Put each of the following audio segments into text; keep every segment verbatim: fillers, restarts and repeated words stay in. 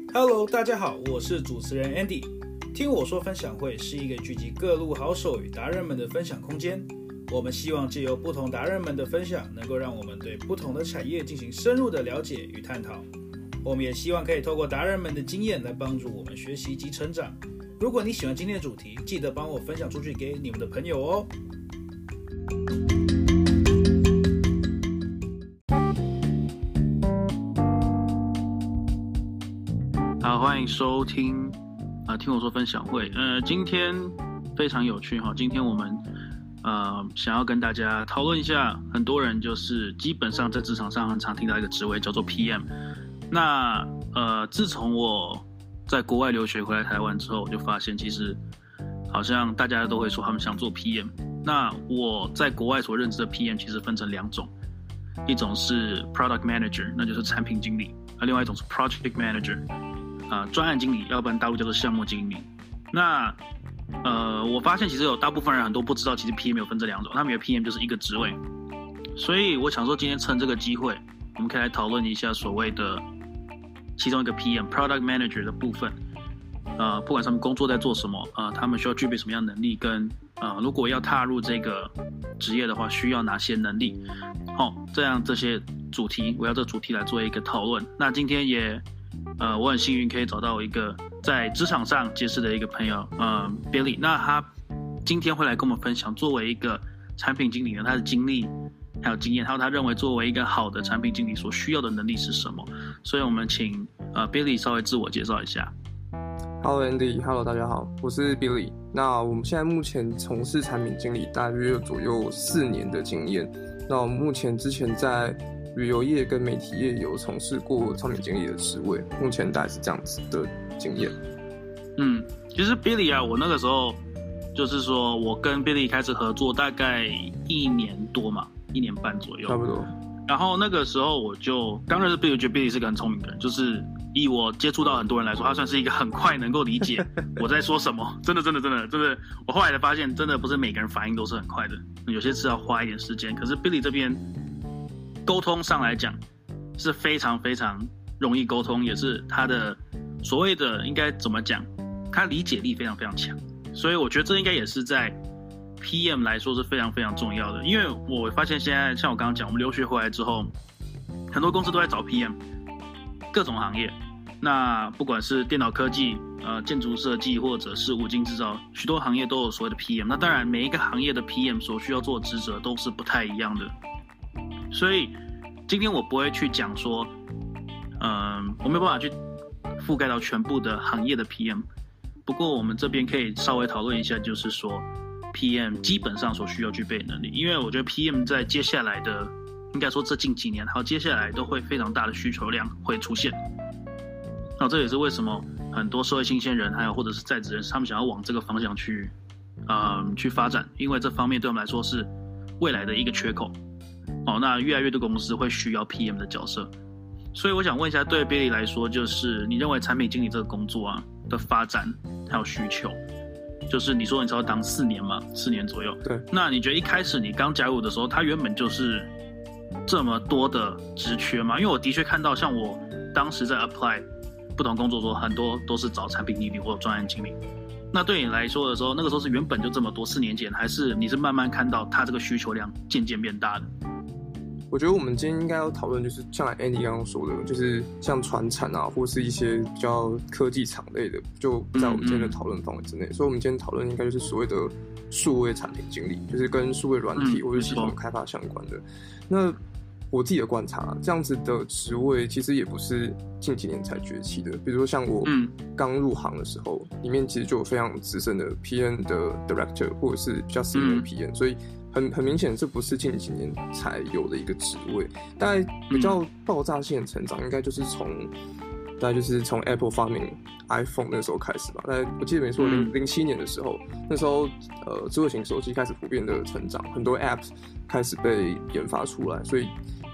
Hello， 大家好，我是主持人 Andy。听我说分享会是一个聚集各路好手与达人们的分享空间。我们希望借由不同达人们的分享，能够让我们对不同的产业进行深入的了解与探讨。我们也希望可以透过达人们的经验来帮助我们学习及成长。如果你喜欢今天的主题，记得帮我分享出去给你们的朋友哦。好，欢迎收听啊、呃，听我说分享会。呃，今天非常有趣哈，今天我们呃想要跟大家讨论一下，很多人就是基本上在职场上很常听到一个职位叫做 P M。那呃，自从我在国外留学回来台湾之后，我就发现其实好像大家都会说他们想做 P M。那我在国外所认知的 P M 其实分成两种，一种是 Product Manager， 那就是产品经理；那另外一种是 Project Manager。啊、呃，专案经理，要不然大陆叫做项目经理。那呃，我发现其实有大部分人很多不知道，其实 P M 有分这两种，他们以为 P M 就是一个职位。所以我想说，今天趁这个机会，我们可以来讨论一下所谓的其中一个 P M、Product Manager 的部分。呃，不管他们工作在做什么，呃，他们需要具备什么样的能力，跟呃，如果要踏入这个职业的话，需要哪些能力？好、哦，这样这些主题，我要这个主题来做一个讨论。那今天也。呃，我很幸运可以找到一个在职场上结识的一个朋友，呃 ，Billy。那他今天会来跟我们分享，作为一个产品经理呢，他的经历还有经验，还有他认为作为一个好的产品经理所需要的能力是什么。所以我们请呃 Billy 稍微自我介绍一下。 Hello Andy，Hello 大家好，我是 Billy。那我们现在目前从事产品经理大约左右四年的经验。那我们目前之前在旅游业跟媒体业有从事过产品经理的职位，目前大概是这样子的经验。 嗯，其实 Billy 啊，我那个时候就是说我跟 Billy 开始合作大概一年多嘛，一年半左右， 差不多。 然后那个时候我就刚认识 Billy， 我觉得 Billy 是个很聪明的人，就是以我接触到很多人来说，他算是一个很快能够理解我在说什么。真的，真的，真的，真的，我后来才发现，真的不是每个人反应都是很快的，有些是要花一点时间。可是 Billy 这边沟通上来讲是非常非常容易沟通，也是他的所谓的应该怎么讲，他理解力非常非常强，所以我觉得这应该也是在 P M 来说是非常非常重要的。因为我发现现在像我刚刚讲，我们留学回来之后，很多公司都在找 P M， 各种行业，那不管是电脑科技、呃建筑设计或者是五金制造，许多行业都有所谓的 P M。 那当然每一个行业的 P M 所需要做的职责都是不太一样的，所以今天我不会去讲说，嗯、呃，我没有办法去覆盖到全部的行业的 P M。不过我们这边可以稍微讨论一下，就是说 P M 基本上所需要具备的能力，因为我觉得 P M 在接下来的，应该说这近几年还有接下来都会非常大的需求量会出现。那这也是为什么很多社会新鲜人，还有或者是在职人士，他们想要往这个方向去，呃，去发展，因为这方面对我们来说是未来的一个缺口。哦，那越来越多公司会需要 P M 的角色，所以我想问一下，对 Billy 来说，就是你认为产品经理这个工作啊的发展还有需求，就是你说你只要当四年嘛，四年左右。 对。那你觉得一开始你刚加入的时候，它原本就是这么多的职缺吗？因为我的确看到，像我当时在 apply 不同工作的时候，很多都是找产品经理或者专案经理。那对你来说的时候，那个时候是原本就这么多，四年前，还是你是慢慢看到它这个需求量渐渐变大的？ 我觉得我们今天应该要讨论，就是像 Andy 刚刚说的，就是像传产啊，或是一些比较科技厂类的，就不在我们今天的讨论范围之内。嗯嗯，所以我们今天讨论应该就是所谓的数位产品经理，就是跟数位软体或者系统开发相关的。嗯、那我自己的观察，这样子的职位其实也不是近几年才崛起的。比如说像我刚入行的时候，里面其实就有非常资深的 P M 的 Director， 或者是比较 senior 的 P M，、嗯、所以很很明显，这不是近几年才有的一个职位。大概比较爆炸性的成长，应该就是从大概就是从 Apple 发明 iPhone 那时候开始吧。大概我记得没错，零零七年的时候，那时候呃智慧型手机开始普遍的成长，很多 Apps 开始被研发出来，所以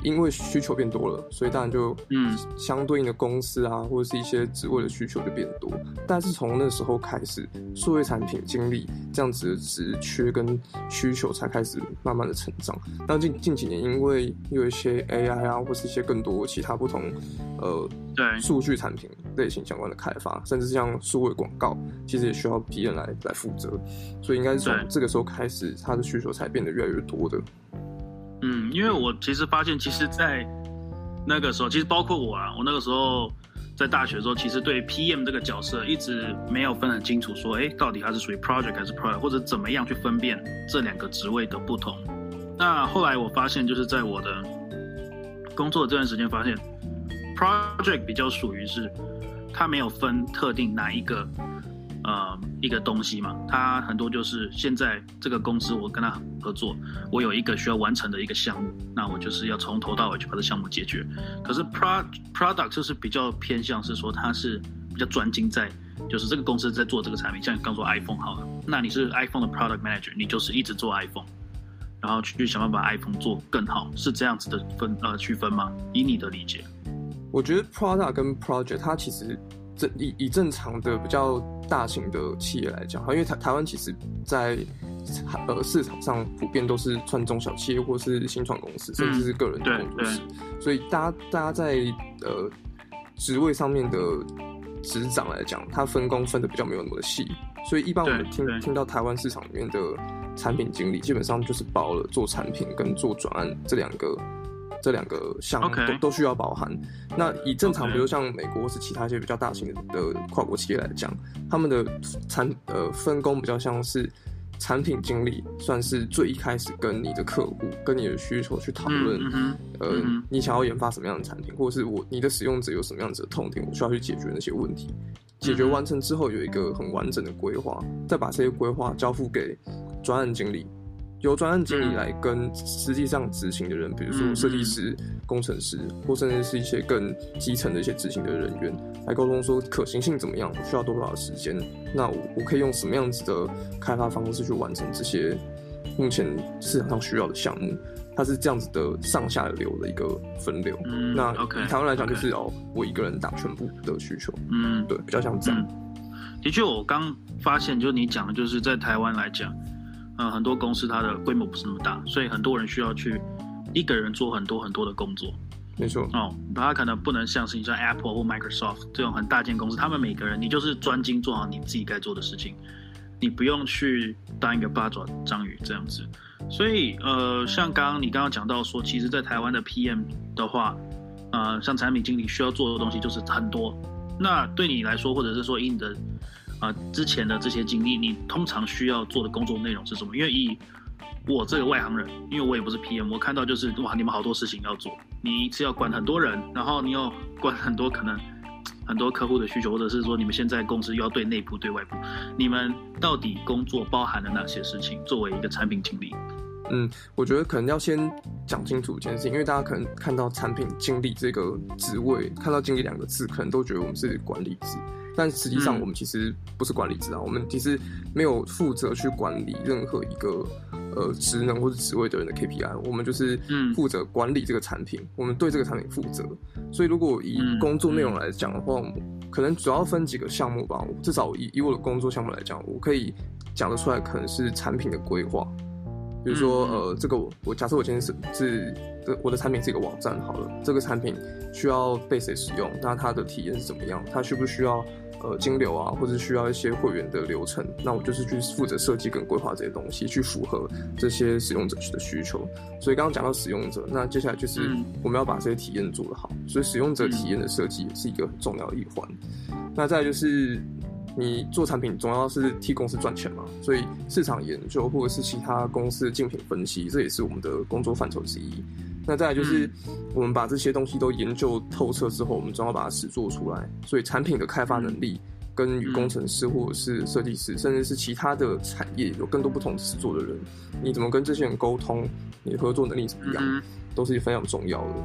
因为需求变多了，所以当然就嗯相对应的公司啊，或者是一些职位的需求就变多。但是从那时候开始，数位产品经理这样子的职缺跟需求才开始慢慢的成长。那近近几年，因为有一些 A I 啊，或是一些更多其他不同呃对数据产品类型相关的开发，甚至像数位广告，其实也需要 P M 来来负责。所以应该是从这个时候开始，它的需求才变得越来越多的。 嗯，因为我其实发现，其实，在那个时候，其实包括我啊，我那个时候在大学的时候，其实对 P M 这个角色一直没有分很清楚，说，哎，到底它是属于 project 还是 product， 或者怎么样去分辨这两个职位的不同。那后来我发现，就是在我的工作的这段时间，发现 project 比较属于是它没有分特定哪一个。呃，一个东西嘛，它很多就是现在这个公司我跟他合作，我有一个需要完成的一个项目，那我就是要从头到尾去把这项目解决。可是 pro product 就是比较偏向是说它是比较专精在，就是这个公司在做这个产品，像你刚说 iPhone 好了，那你是 iPhone 的 product manager， 你就是一直做 iPhone， 然后去想办法把 iPhone 做更好，是这样子的分呃区分吗？以你的理解， 我觉得 product 跟 project 它其实。这以以正常的比较大型的企业来讲，因为台台湾其实在呃市场上普遍都是算中小企业或是新创公司，甚至是个人的工作室，所以大家大家在呃职位上面的职掌来讲，它分工分的比较没有那么细，所以一般我们听听到台湾市场里面的产品经理，基本上就是包了做产品跟做转案这两个。这两个项目 okay. 都都需要包含。那以正常，比如像美国或是其他一些比较大型的跨国企业来讲，他们的产呃分工比较像是产品经理，算是最一开始跟你的客户、跟你的需求去讨论， 嗯、 呃、嗯，你想要研发什么样的产品，或者是我你的使用者有什么样子的痛点，我需要去解决那些问题。解决完成之后，有一个很完整的规划，再把这些规划交付给专案经理。由专案经理来跟实际上执行的人，比如说设计师、工程师，或甚至是一些更基层的一些执行的人员，来沟通说可行性怎么样，我需要多少的时间，那我我可以用什么样子的开发方式去完成这些目前市场上需要的项目。它是这样子的上下流的一个分流。 嗯、 那以台湾来讲，就是、okay. 哦，我一个人打全部的需求。 嗯， 对，比较像这样。 嗯、的确，我刚发现，就是你讲的，就是在台湾来讲。呃，很多公司它的规模不是那么大，所以很多人需要去一个人做很多很多的工作。 没错。 哦，他可能不能像是你像 Apple 或 Microsoft 这种很大间公司，他们每个人你就是专精做好你自己该做的事情，你不用去当一个八爪章鱼这样子。所以呃，像刚刚你刚刚讲到说，其实在台湾的 P M 的话，呃，像产品经理需要做的东西就是很多。那对你来说，或者是说以你的啊、呃，之前的这些经历，你通常需要做的工作内容是什么？因为以我这个外行人，因为我也不是 P M， 我看到就是哇，你们好多事情要做，你一次要管很多人，然后你要管很多可能很多客户的需求，或者是说你们现在公司又要对内部对外部，你们到底工作包含了哪些事情？作为一个产品经理， 嗯，我觉得可能要先讲清楚一件事情，因为大家可能看到产品经理这个职位，看到经理两个字，可能都觉得我们是管理职。但实际上，我们其实不是管理职啊，我们其实没有负责去管理任何一个呃职能或者职位的人的 K P I， 我们就是负责管理这个产品，我们对这个产品负责。所以，如果以工作内容来讲的话，可能主要分几个项目吧。至少以以我的工作项目来讲，我可以讲得出来，可能是产品的规划。比如说，呃，这个我我假设我今天是是我的产品是一个网站好了，这个产品需要被谁使用？那它的体验是怎么样？它需不需要呃金流啊，或者需要一些会员的流程？那我就是去负责设计跟规划这些东西，去符合这些使用者的需求。所以刚刚讲到使用者，那接下来就是我们要把这些体验做得好，所以使用者体验的设计也是一个很重要的一环。那再来就是你做产品总要是替公司赚钱嘛，所以市场研究或者是其他公司的竞品分析，这也是我们的工作范畴之一。那再来就是我们把这些东西都研究透彻之后，我们总要把它实作出来。所以产品的开发能力跟与工程师或者是设计师，甚至是其他的产业有更多不同实作的人，你怎么跟这些人沟通，你的合作能力怎么样，都是非常重要的。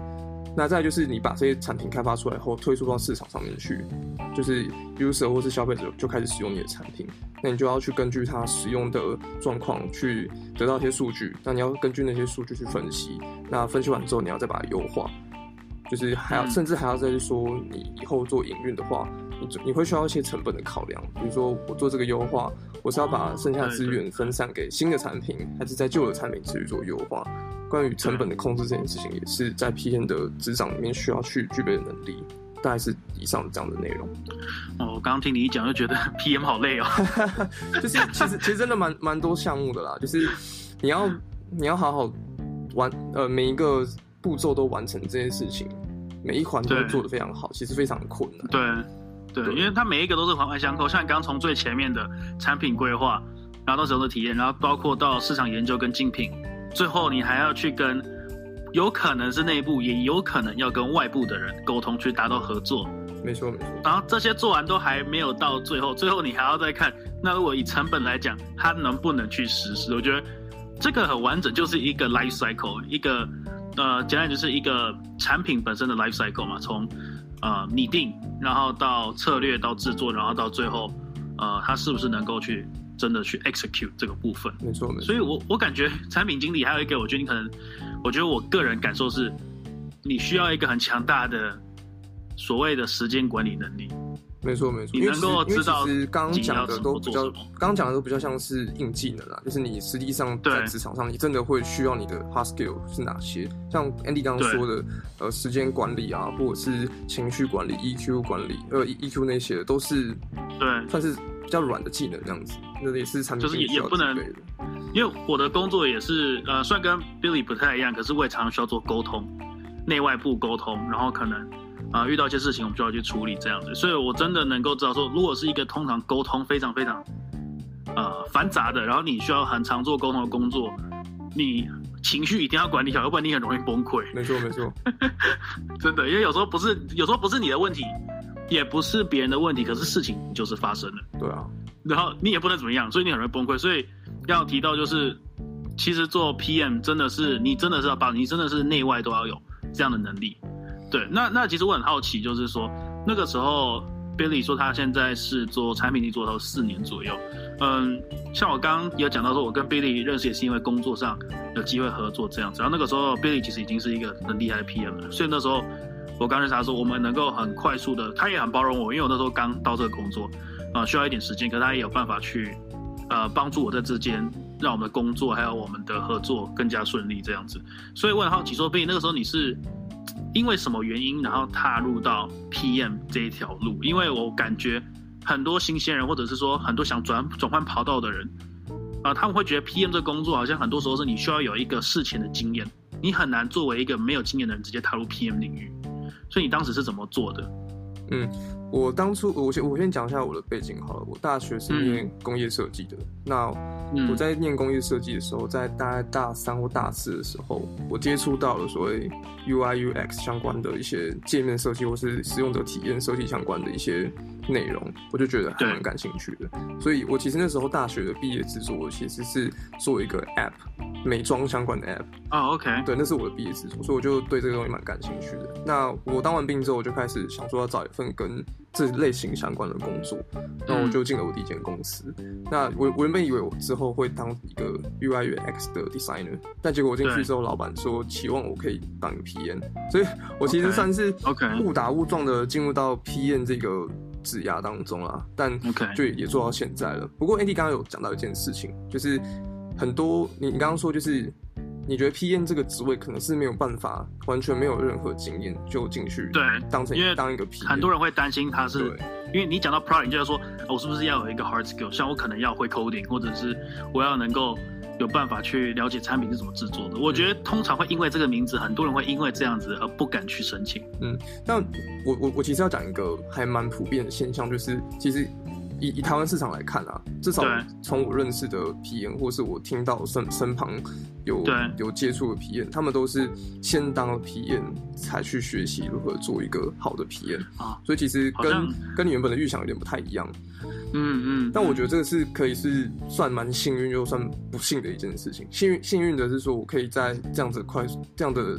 那再来就是你把这些产品开发出来后推出到市场上面去，就是 user 或是消费者就开始使用你的产品，那你就要去根据它使用的状况去得到一些数据，那你要根据那些数据去分析，那分析完之后你要再把它优化，就是还要甚至还要再说你以后做营运的话，你你会需要一些成本的考量，比如说我做这个优化，我是要把剩下的资源分散给新的产品，还是在旧的产品持续做优化？关于成本的控制这件事情，也是在 P M 的职掌里面需要去具备的能力。大概是以上这样的内容。 哦，我刚刚听你一讲，就觉得 P M 好累哦。 就是其实其实真的蛮蛮多项目的啦，就是你要你要好好完呃每一个步骤都完成这件事情，每一环都做得非常好，其实非常困难。 对对，因为它每一个都是环环相扣，像你刚从最前面的产品规划，然后到使用的体验，然后包括到市场研究跟竞品，最后你还要去跟有可能是内部，也有可能要跟外部的人沟通，去达到合作。 没错没错。 然后这些做完都还没有到最后，最后你还要再看，那如果以成本来讲，它能不能去实施？我觉得这个很完整，就是一个 life cycle， 一个呃，简单就是一个产品本身的 life cycle 嘛，从呃拟定，然后到策略，到制作，然后到最后，呃，它是不是能够去真的去 execute 这个部分？ 没错没错。 所以我我感觉产品经理还有一个，我觉得你可能，我觉得我个人感受是，你需要一个很强大的所谓的时间管理能力。 没错没错， 你能够知道， 因为其实刚刚讲的都比较，刚刚讲的都比较像是硬技能啦，就是你实际上在职场上，你真的会需要你的 hard skill 是哪些？像 Andy 刚刚说的，呃，时间管理啊，或者是情绪管理、E Q 管理，呃 ，E Q 那些的都是对，算是比较软的技能这样子，那也是产品就是也也不能，因为我的工作也是，呃，虽然跟 Billy 不太一样，可是我也常常需要做沟通，内外部沟通，然后可能。啊、呃，遇到一些事情，我们就要去处理这样子，所以我真的能够知道说，如果是一个通常沟通非常非常呃繁杂的，然后你需要很常做沟通的工作，你情绪一定要管理好，要不然你很容易崩溃。 没错没错， 真的，因为有时候不是，有时候不是你的问题，也不是别人的问题，可是事情就是发生了。 对啊， 然后你也不能怎么样，所以你很容易崩溃。所以要提到就是，其实做 P M 真的是你真的是要把你真的是内外都要有这样的能力。对，那那其实我很好奇，就是说那个时候 Billy 说他现在是做产品力做到四年左右，嗯，像我刚刚也有讲到说，我跟 Billy 认识也是因为工作上有机会合作这样子，然后那个时候 Billy 其实已经是一个很厉害的 P M 了，所以那时候我刚认识他说，我们能够很快速的，他也很包容我，因为我那时候刚到这个工作，啊、呃，需要一点时间，可是他也有办法去呃帮助我在之间，让我们的工作还有我们的合作更加顺利这样子，所以我很好奇说 Billy 那个时候你是。因为什么原因，然后踏入到 P M 这一条路？因为我感觉很多新鲜人，或者是说很多想转转换跑道的人，啊、呃，他们会觉得 P M 这个工作好像很多时候是你需要有一个事前的经验，你很难作为一个没有经验的人直接踏入 P M 领域。所以你当时是怎么做的？ 嗯，我当初我先我先讲一下我的背景好了。我大学是念工业设计的，嗯、那我在念工业设计的时候，在大概大三或大四的时候，我接触到了所谓 U I U X 相关的一些界面设计或是使用者体验设计相关的一些内容，我就觉得还蛮感兴趣的。所以我其实那时候大学的毕业制作其实是做一个 App 美妆相关的 App。 哦、oh, ，OK， 对，那是我的毕业制作，所以我就对这个东西蛮感兴趣的。那我当完兵之后，我就开始想说要找一份跟这类型相关的工作，那我就进了我第一间公司。嗯、那我我原本以为我之后会当一个 U I U X 的 designer， 但结果我进去之后，老板说期望我可以当一个 P M， 所以我其实算是误打误撞的进入到 P M 这个职涯当中啦，但就也做到现在了。不过 Andy 刚刚有讲到一件事情，就是很多你你刚刚说就是。你觉得 P M 这个职位可能是没有办法完全没有任何经验就进去，对，当成当一个 P M， 很多人会担心他是，因为你讲到 product， 你就要说，我是不是要有一个 hard skill， 像我可能要会 coding， 或者是我要能够有办法去了解产品是怎么制作的。我觉得通常会因为这个名字，很多人会因为这样子而不敢去申请。 嗯，但我我我其实要讲一个还蛮普遍的现象，就是其实。以, 以台湾市场来看啊，至少从我认识的 P M 或是我听到身身旁有有接触的 P M， 他们都是先当了 P M 才去学习如何做一个好的 P M 啊，所以其实跟跟你原本的预想有点不太一样。嗯嗯，但我觉得这个是可以是算蛮幸运又算不幸的一件事情。幸运幸运的是说我可以在这样子快这样的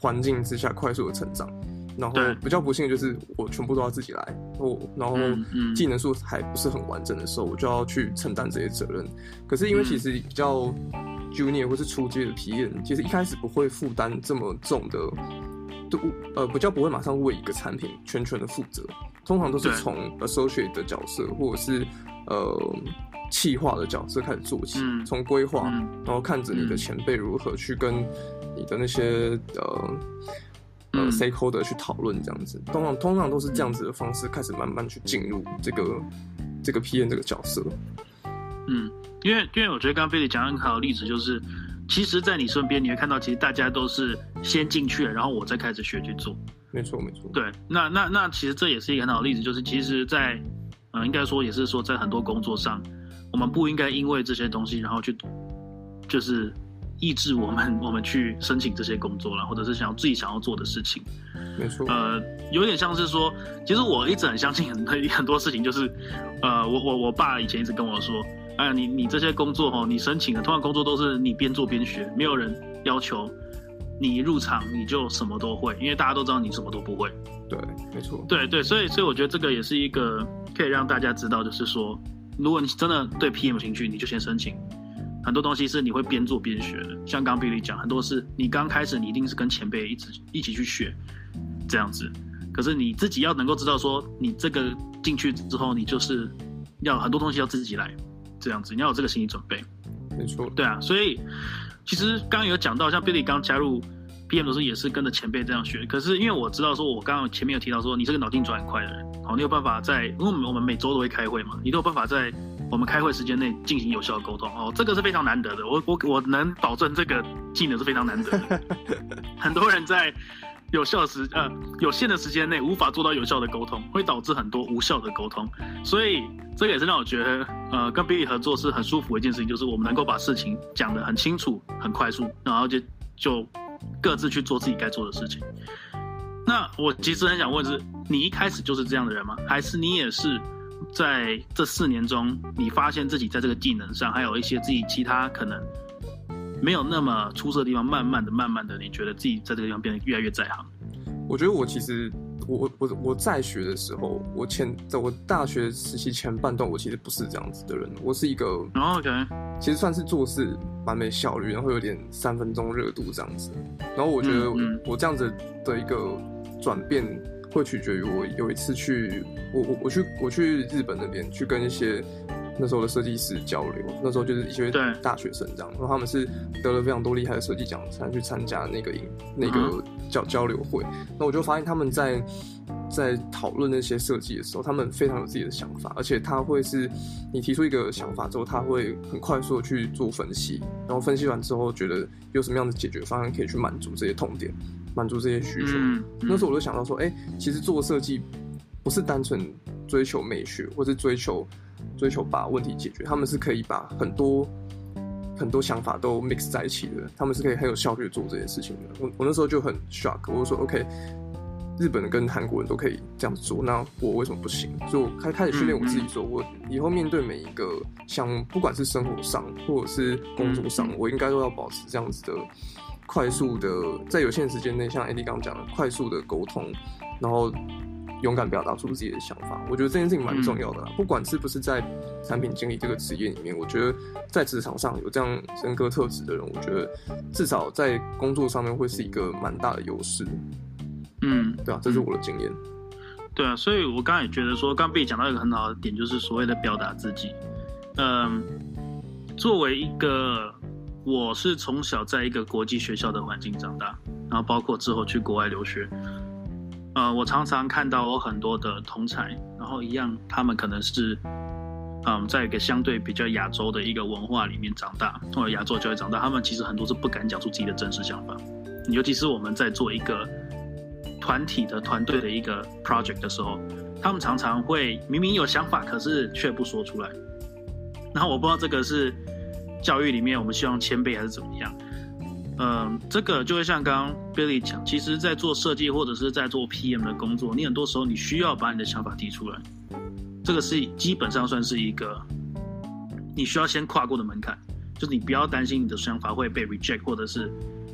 环境之下快速的成长。然后比较不幸的就是我全部都要自己来，我然后技能树还不是很完整的时候，我就要去承担这些责任。可是因为其实比较 junior 或是初阶的 P M， 其实一开始不会负担这么重的，呃，比较不会马上为一个产品全权的负责，通常都是从 associate 的角色或者是呃企划的角色开始做起，从规划，然后看着你的前辈如何去跟你的那些呃。呃 stakeholder 去讨论这样子，通常通常都是这样子的方式开始慢慢去进入这个这个 P M 这个角色。 嗯，因为因为我觉得刚刚 Billy 讲的很好的例子就是，其实，在你身边你会看到，其实大家都是先进去了，然后我再开始学去做。 没错没错。 对，那那那其实这也是一个很好的例子，就是其实在，在呃应该说也是说在很多工作上，我们不应该因为这些东西，然后去就是。抑制我们我们去申请这些工作啦，或者是想要自己想要做的事情。 没错。 呃，有点像是说，其实我一直很相信很多很多事情，就是呃，我我我爸以前一直跟我说，哎、呃，你你这些工作哦，你申请的通常工作都是你边做边学，没有人要求你入场你就什么都会，因为大家都知道你什么都不会。 对，没错。 对对，所以所以我觉得这个也是一个可以让大家知道，就是说，如果你真的对 P M 有兴趣，你就先申请。很多东西是你会边做边学的，像刚刚 Billy 讲，很多是你刚开始你一定是跟前辈一起一起去学这样子，可是你自己要能够知道说，你这个进去之后，你就是要很多东西要自己来这样子，你要有这个心理准备。 没错。 对啊，所以其实刚刚有讲到，像 Billy 刚加入 P M 的时候也是跟着前辈这样学，可是因为我知道说，我刚刚前面有提到说，你是个脑筋转很快的人，好，你有办法在，因为我们我们每周都会开会嘛，你都有办法在我们开会时间内进行有效的沟通哦，这个是非常难得的。我我我能保证这个技能是非常难得的。很多人在有效时呃有限的时间内无法做到有效的沟通，会导致很多无效的沟通。所以这个也是让我觉得呃跟 Billy 合作是很舒服的一件事情，就是我们能够把事情讲得很清楚、很快速，然后就就各自去做自己该做的事情。那我其实很想问的是，你一开始就是这样的人吗？还是你也是？在这四年中，你发现自己在这个技能上，还有一些自己其他可能没有那么出色的地方，慢慢的、慢慢的，你觉得自己在这个地方变得越来越在行？ 我觉得我其实，我我我在学的时候，我前在我大学时期前半段，我其实不是这样子的人，我是一个， 哦 OK， 其实算是做事蛮没效率，然后有点三分钟热度这样子。然后我觉得我这样子的一个转变。会取决于我有一次去我我我去我去日本那边去跟一些那时候的设计师交流，那时候就是一些大学生这样，然后他们是得了非常多厉害的设计奖才去参加那个那个交交流会，那我就发现他们在在讨论那些设计的时候，他们非常有自己的想法，而且他会是你提出一个想法之后，他会很快速的去做分析，然后分析完之后觉得有什么样的解决方案可以去满足这些痛点。满足这些需求、嗯嗯，那时候我就想到说，哎、欸，其实做设计不是单纯追求美学，或是追求追求把问题解决，他们是可以把很多很多想法都 mix 在一起的，他们是可以很有效率做这件事情的。我我那时候就很 shock， 我就说 OK， 日本人跟韩国人都可以这样子做，那我为什么不行？所以我开开始训练我自己说，我以后面对每一个项目，不管是生活上或者是工作上，我应该都要保持这样子的。快速的，在有限时间内，像 Andy 刚刚讲的，快速的沟通，然后勇敢表达出自己的想法。我觉得这件事情蛮重要的啦。不管是不是在产品经理这个职业里面，我觉得在职场上有这样人格特质的人，我觉得至少在工作上面会是一个蛮大的优势。嗯，对啊，这是我的经验。 对啊，所以我刚刚也觉得说，刚被讲到一个很好的点，就是所谓的表达自己。嗯，作为一个。我是从小在一个国际学校的环境长大，然后包括之后去国外留学。呃，我常常看到我很多的同侪，然后一样，他们可能是，嗯，在一个相对比较亚洲的一个文化里面长大，或者亚洲教育长大，他们其实很多是不敢讲出自己的真实想法。尤其是我们在做一个团体的团队的一个 project 的时候，他们常常会明明有想法，可是却不说出来。然后我不知道这个是。教育里面，我们希望谦卑还是怎么样？嗯，这个就会像刚刚 Billy 讲，其实，在做设计或者是在做 P M 的工作，你很多时候你需要把你的想法提出来，这个是基本上算是一个你需要先跨过的门槛，就是你不要担心你的想法会被 reject， 或者是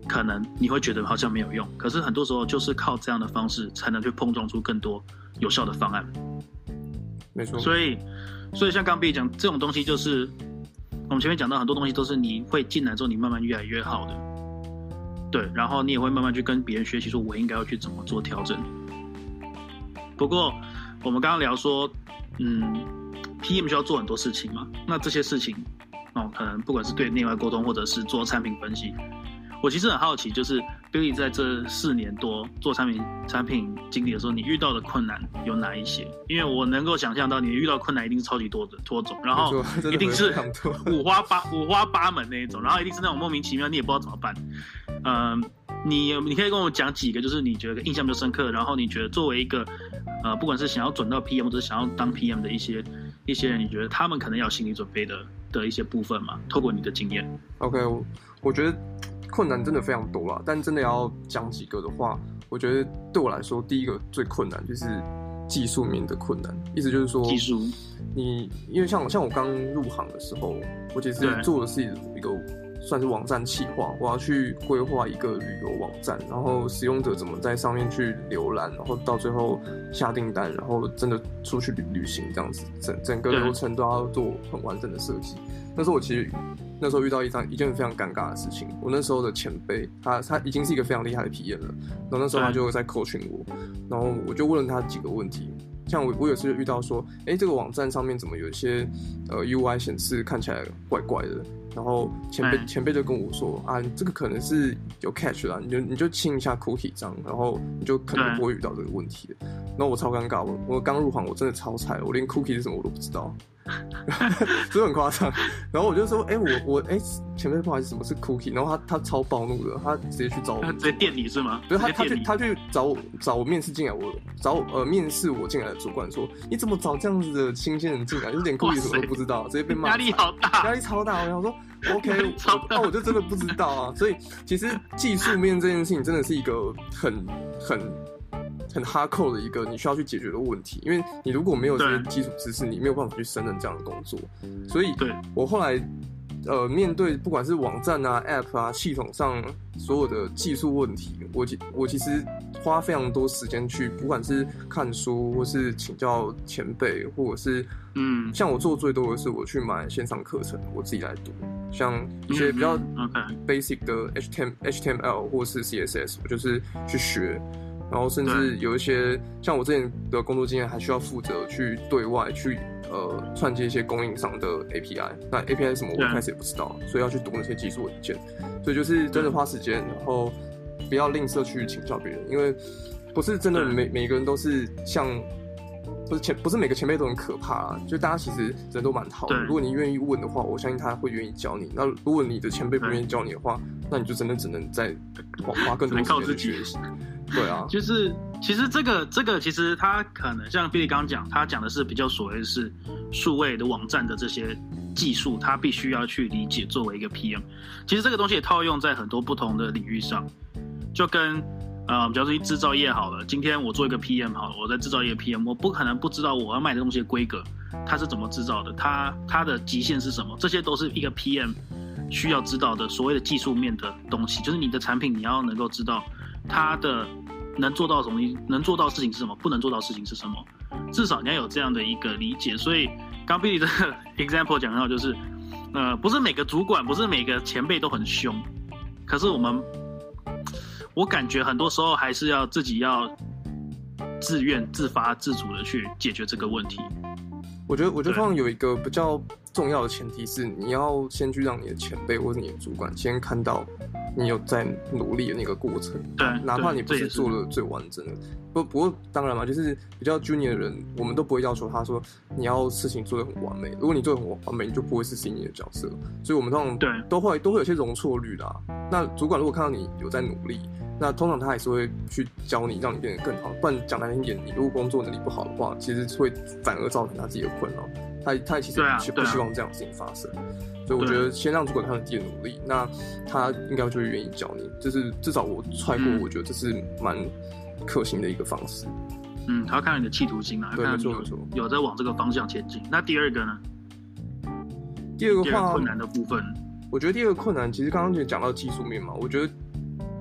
可能你会觉得好像没有用，可是很多时候就是靠这样的方式才能去碰撞出更多有效的方案。 没错。 所以，所以像刚刚 Billy 讲这种东西，就是我们前面讲到很多东西都是你会进来之后，你慢慢越来越好的，对，然后你也会慢慢去跟别人学习，说我应该要去怎么做调整。不过我们刚刚聊说，嗯 ，P M 需要做很多事情嘛，那这些事情，哦，可能不管是对内外沟通，或者是做产品分析。我其实很好奇，就是 Billy 在这四年多做产品产品经理的时候，你遇到的困难有哪一些？因为我能够想象到你遇到困难一定是超级多的多种，然后一定是五花八五花八门那一种，然后一定是那种莫名其妙你也不知道怎么办。嗯、呃，你你可以跟我讲几个，就是你觉得印象比较深刻，然后你觉得作为一个呃，不管是想要转到 P M 或者想要当 P M 的一些一些人，你觉得他们可能要有心理准备的的一些部分嘛？透过你的经验。 OK， 我, 我觉得。困难真的非常多啦，但真的要讲几个的话，我觉得对我来说，第一个最困难就是技术面的困难。意思就是说， 技术， 你因为像像我刚入行的时候，我其实做的是一个算是网站企划，我要去规划一个旅游网站，然后使用者怎么在上面去浏览，然后到最后下订单，然后真的出去旅旅行这样子，整整个流程都要做很完整的设计。那时候我其实那时候遇到一张一件非常尴尬的事情，我那时候的前辈他他已经是一个非常厉害的 P M 了，然后那时候他就在 coaching 我，然后我就问了他几个问题，像我我有次遇到说，哎、欸，这个网站上面怎么有一些呃 U I 显示看起来怪怪的，然后前辈前辈就跟我说啊，这个可能是有 catch 啦，你就你就清一下 cookie 章，然后你就可能不会遇到这个问题的。然后我超尴尬，我我刚入行，我真的超菜，我连 cookie 是什么我都不知道。真的很夸张，然后我就说，哎、欸，我我哎、欸，前面不好意思，什么是 cookie？ 然后他他超暴怒的，他直接去找我， 他直接电你是吗？ 对，他他去他去找我找我面试进来，我找呃面试我进来的主管说，你怎么找这样子的新鲜人进来，就是连 cookie 什么都不知道，直接被骂， 压力好大， 压力超大。我想说 ，OK， 那我就真的不知道啊。所以其实技术面这件事情真的是一个很很。很 hardcore 的一个你需要去解决的问题，因为你如果没有这些基础知识，你没有办法去胜任这样的工作。所以，我后来呃面对不管是网站啊、App 啊、系统上所有的技术问题，我我其实花非常多时间去，不管是看书，或是请教前辈，或者是嗯，像我做最多的是我去买线上课程，我自己来读，像一些比较 basic 的 H T M L 或是 C S S， 我就是去学。然后甚至有一些像我之前的工作经验，还需要负责去对外去呃串接一些供应商的 A P I。那 A P I 是什么，我一开始也不知道，所以要去读那些技术文件。所以就是真的花时间，然后不要吝啬去请教别人，因为不是真的每每个人都是像，不是前不是每个前辈都很可怕啊。就大家其实人都蛮好的，如果你愿意问的话，我相信他会愿意教你。那如果你的前辈不愿意教你的话，那你就真的只能再花花更多时间去学习。对啊， 就是其实这个这个其实他可能像 Billy 刚刚讲，他讲的是比较所谓是数位的网站的这些技术，他必须要去理解作为一个 P M。其实这个东西也套用在很多不同的领域上，就跟呃，比方说制造业好了，今天我做一个 P M 好了，我在制造业 P M， 我不可能不知道我要卖的东西的规格，它是怎么制造的，它它的极限是什么，这些都是一个 P M 需要知道的所谓的技术面的东西，就是你的产品你要能够知道。他的能做到什么？能做到的事情是什么？不能做到的事情是什么？至少你要有这样的一个理解。所以刚 Billy 这个 example 讲到就是，呃，不是每个主管，不是每个前辈都很凶，可是我们，我感觉很多时候还是要自己要自愿、自发、自主的去解决这个问题。 我觉得，我觉得通常有一个比较重要的前提是，你要先去让你的前辈或是你的主管先看到你有在努力的那个过程， 对， 哪怕你不是做的最完整的。不不过当然嘛，就是比较 junior 的人，我们都不会要求他说你要事情做得很完美。如果你做得很完美，你就不会是 senior 的角色。所以我们通常对都会都会有些容错率啦。那主管如果看到你有在努力，那通常他还是会去教你，让你变得更好。不然讲难听点，你如果工作能力不好的话，其实会反而造成他自己的困扰。他他其实不希望这样的事情发生。所以我觉得先让主管看到自己的努力，那他应该就会愿意教你。就是至少我踹过，我觉得这是蛮可行的一个方式。 嗯，他要看到你的企图心啊， 对， 看到你有有在往这个方向前进。那第二个呢？ 第二个话， 困难的部分， 我觉得第二个困难其实刚刚就讲到技术面嘛，我觉得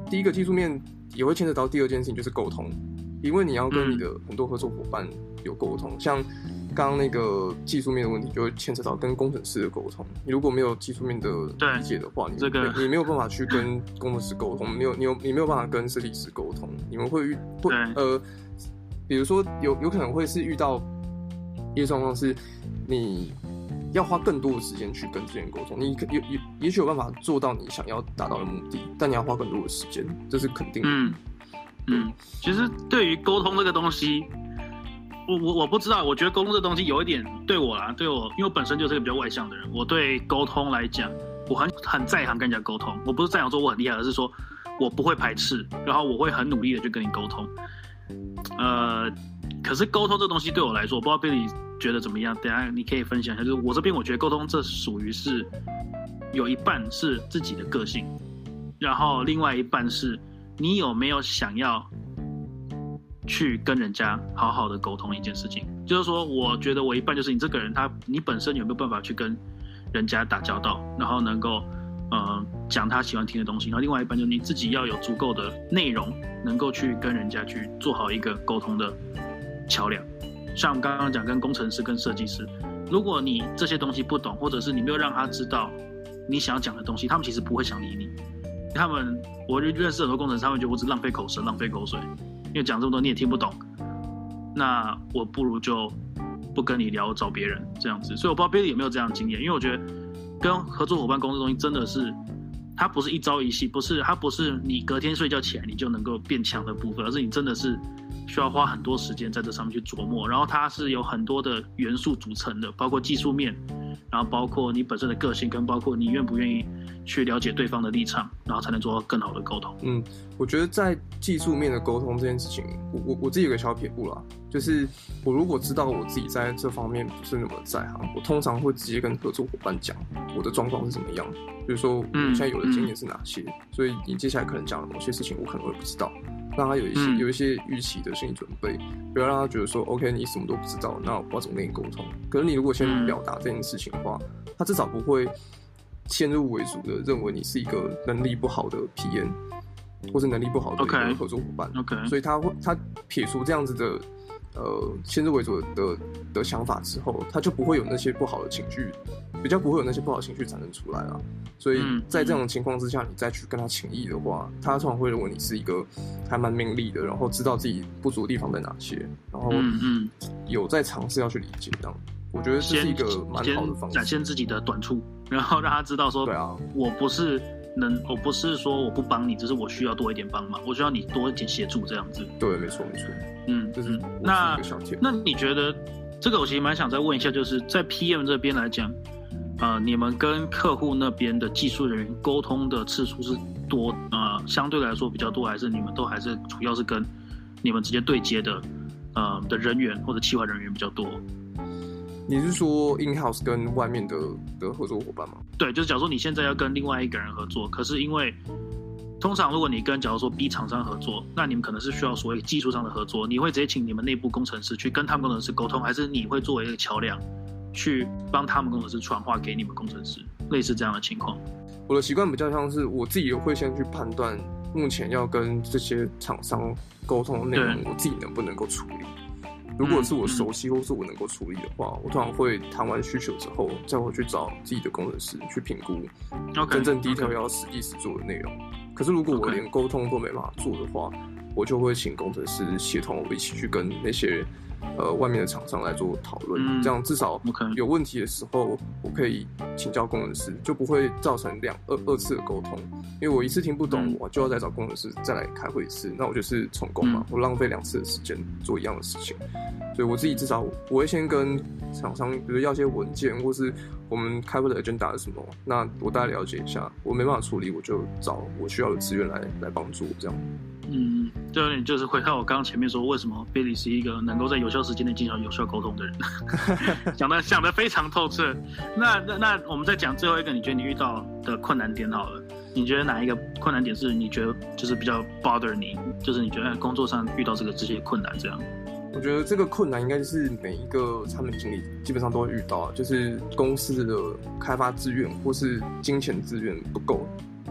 第一个技术面也会牵扯到第二件事情，就是沟通，因为你要跟你的很多合作伙伴有沟通，像刚刚那个技术面的问题，就会牵扯到跟工程师的沟通。你如果没有技术面的理解的话，你这个你没有办法去跟工程师沟通，没有你有你没有办法跟设计师沟通，你们会遇会呃，比如说有有可能会是遇到一个状况是，你要花更多的时间去跟这些人沟通，你也也也许有办法做到你想要达到的目的，但你要花更多的时间，这是肯定的。 嗯嗯，其实对于沟通这个东西。我我我不知道，我觉得沟通这东西有一点对我啦，对我，因为我本身就是个比较外向的人，我对沟通来讲，我很很在行跟人家沟通。我不是在行说我很厉害，而是说我不会排斥，然后我会很努力的去跟你沟通。呃，可是沟通这东西对我来说，我不知道 Billy 觉得怎么样，等一下你可以分享一下。就是我这边我觉得沟通这属于是有一半是自己的个性，然后另外一半是你有没有想要去跟人家好好的沟通一件事情，就是说，我觉得我一半就是你这个人他，你本身有没有办法去跟人家打交道，然后能够呃讲他喜欢听的东西，然后另外一半就是你自己要有足够的内容，能够去跟人家去做好一个沟通的桥梁。像我们刚刚讲跟工程师跟设计师，如果你这些东西不懂，或者是你没有让他知道你想要讲的东西，他们其实不会想理你。他们我认识很多工程师，他们觉得我只浪费口舌浪费口水，因为讲这么多你也听不懂，那我不如就不跟你聊，找别人这样子。所以我不知道 Billy 有没有这样的经验，因为我觉得跟合作伙伴沟通的东西真的是，它不是一朝一夕，不是它不是你隔天睡觉起来你就能够变强的部分，而是你真的是需要花很多时间在这上面去琢磨，然后它是有很多的元素组成的，包括技术面，然后包括你本身的个性，跟包括你愿不愿意去了解对方的立场，然后才能做到更好的沟通。 嗯，我觉得在技术面的沟通这件事情，我我我自己有个小撇步啦，就是我如果知道我自己在这方面不是那么在行，我通常会直接跟合作伙伴讲我的状况是怎么样，比如说我现在有的经验是哪些，嗯嗯、所以你接下来可能讲的某些事情我可能会不知道，让他有一些、嗯、有一些预期的心理准备，不要让他觉得说 OK 你什么都不知道，那我不知道怎么跟你沟通。可是你如果先表达这件事情的话，他至少不会先入为主的认为你是一个能力不好的 P M， 或是能力不好的一个合作伙伴。 Okay. 所以他会他撇除这样子的呃先入为主的的想法之后，他就不会有那些不好的情绪，比较不会有那些不好的情绪产生出来了。所以在这样的情况之下，你再去跟他请益的话，他通常会认为你是一个还蛮明理的，然后知道自己不足的地方在哪些，然后有在尝试要去理解这样。我觉得这是一个蛮好的方式， 展现自己的短处，然后让他知道说， 对啊， 我不是能，我不是说我不帮你，只是我需要多一点帮忙，我需要你多一点协助这样子。 对，没错没错， 嗯， 这是那一个小贴。 那你觉得这个我其实蛮想再问一下，就是在 P M 这边来讲，呃，你们跟客户那边的技术人员沟通的次数是多，呃，相对来说比较多，还是你们都还是主要是跟你们直接对接的，呃的人员或者企划人员比较多？ 你是说 in-house 跟外面的的合作伙伴吗？ 对，就是假如说你现在要跟另外一个人合作，可是因为通常如果你跟假如说 B 厂商合作，那你们可能是需要所谓技术上的合作，你会直接请你们内部工程师去跟他们工程师沟通，还是你会作为一个桥梁去帮他们工程师传话给你们工程师，类似这样的情况？ 我的习惯比较像是我自己会先去判断目前要跟这些厂商沟通的内容，我自己能不能够处理。如果是我熟悉或是我能够处理的话，我通常会谈完需求之后，再回去找自己的工程师去评估真正detail要实际实做的内容。可是如果我连沟通都没办法做的话，我就会请工程师协同我一起去跟那些呃外面的厂商来做讨论，嗯、这样至少有问题的时候我可以请教工程师，就不会造成两二二次的沟通。因为我一次听不懂，嗯、我就要再找工程师再来开会一次，那我就是重工嘛，嗯、我浪费两次的时间做一样的事情。所以我自己至少我会先跟厂商，比如要些文件，或是我们开会的 agenda 是什么，那我大概了解一下，我没办法处理，我就找我需要的资源来来帮助这样。 嗯，对，就是回到我刚刚前面说，为什么 Billy 是一个能够在有效时间内进行有效沟通的人，讲的想的非常透彻。那那那我们再讲最后一个，你觉得你遇到的困难点好了？你觉得哪一个困难点是你觉得就是比较 bother 你，就是你觉得工作上遇到这个这些困难这样？ 我觉得这个困难应该是每一个产品经理基本上都会遇到，就是公司的开发资源或是金钱资源不够。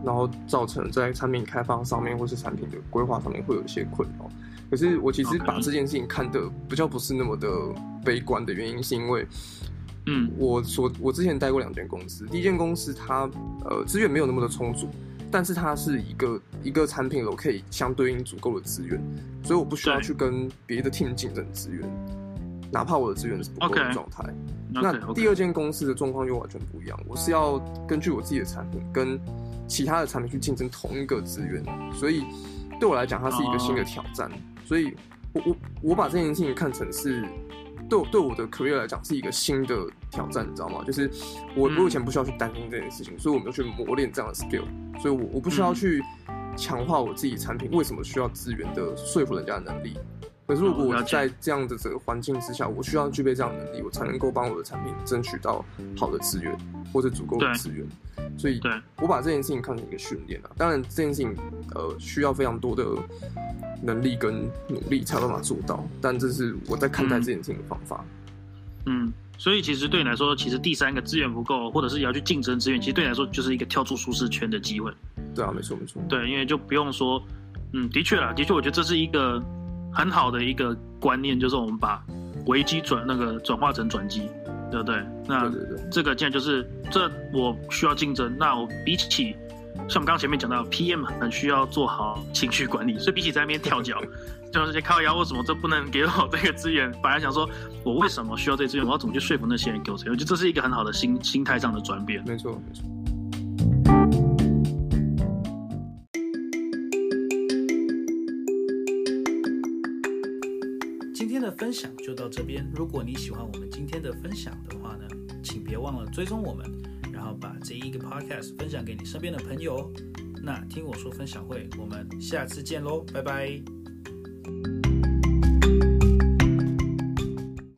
然后造成在产品开发上面或是产品的规划上面会有一些困扰。可是我其实把这件事情看得比较不是那么的悲观的原因，是因为， 嗯， 我所我之前待过两间公司，第一间公司它呃资源没有那么的充足，但是它是一个一个产品楼可以相对应足够的资源，所以我不需要去跟别的 team 竞争资源，哪怕我的资源是不够的状态。Okay. 那第二间公司的状况又完全不一样，我是要根据我自己的产品跟其他的产品去竞争同一个资源，所以对我来讲，它是一个新的挑战。Oh. 所以我我我把这件事情看成是对我对我的 career 来讲是一个新的挑战，你知道吗？就是我我以前不需要去担心这件事情，所以我没有去磨练这样的 skill， 所以我我不需要去强化我自己产品为什么需要资源的说服人家的能力。可是如果我在这样的这个环境之下，我需要具备这样的能力，我才能够帮我的产品争取到好的资源或者足够的资源。所以我把这件事情看成一个训练啊。当然这件事情呃需要非常多的能力跟努力才有办法做到，但这是我在看待这件事情的方法。 嗯，所以其实对你来说，其实第三个资源不够，或者是也要去竞争资源，其实对你来说就是一个跳出舒适圈的机会。 对啊，没错没错。 对，因为就不用说，嗯，的确啦，的确，我觉得这是一个很好的一个观念，就是我们把危机转那个转化成转机，对不对？那对对对， 这个既然就是这我需要竞争，那我比起像我们刚刚前面讲到 P M 很需要做好情绪管理，所以比起在那边跳脚就是靠腰为什么这不能给我这个资源，反而想说我为什么需要这个资源，我要怎么去说服那些人给我这个，我觉得这是一个很好的心心态上的转变。 没错没错。 今天的分享就到这边，如果你喜欢我们今天的分享的话呢，请别忘了追踪我们，然后把这一个 podcast 分享给你身边的朋友。那听我说分享会，我们下次见喽，拜拜。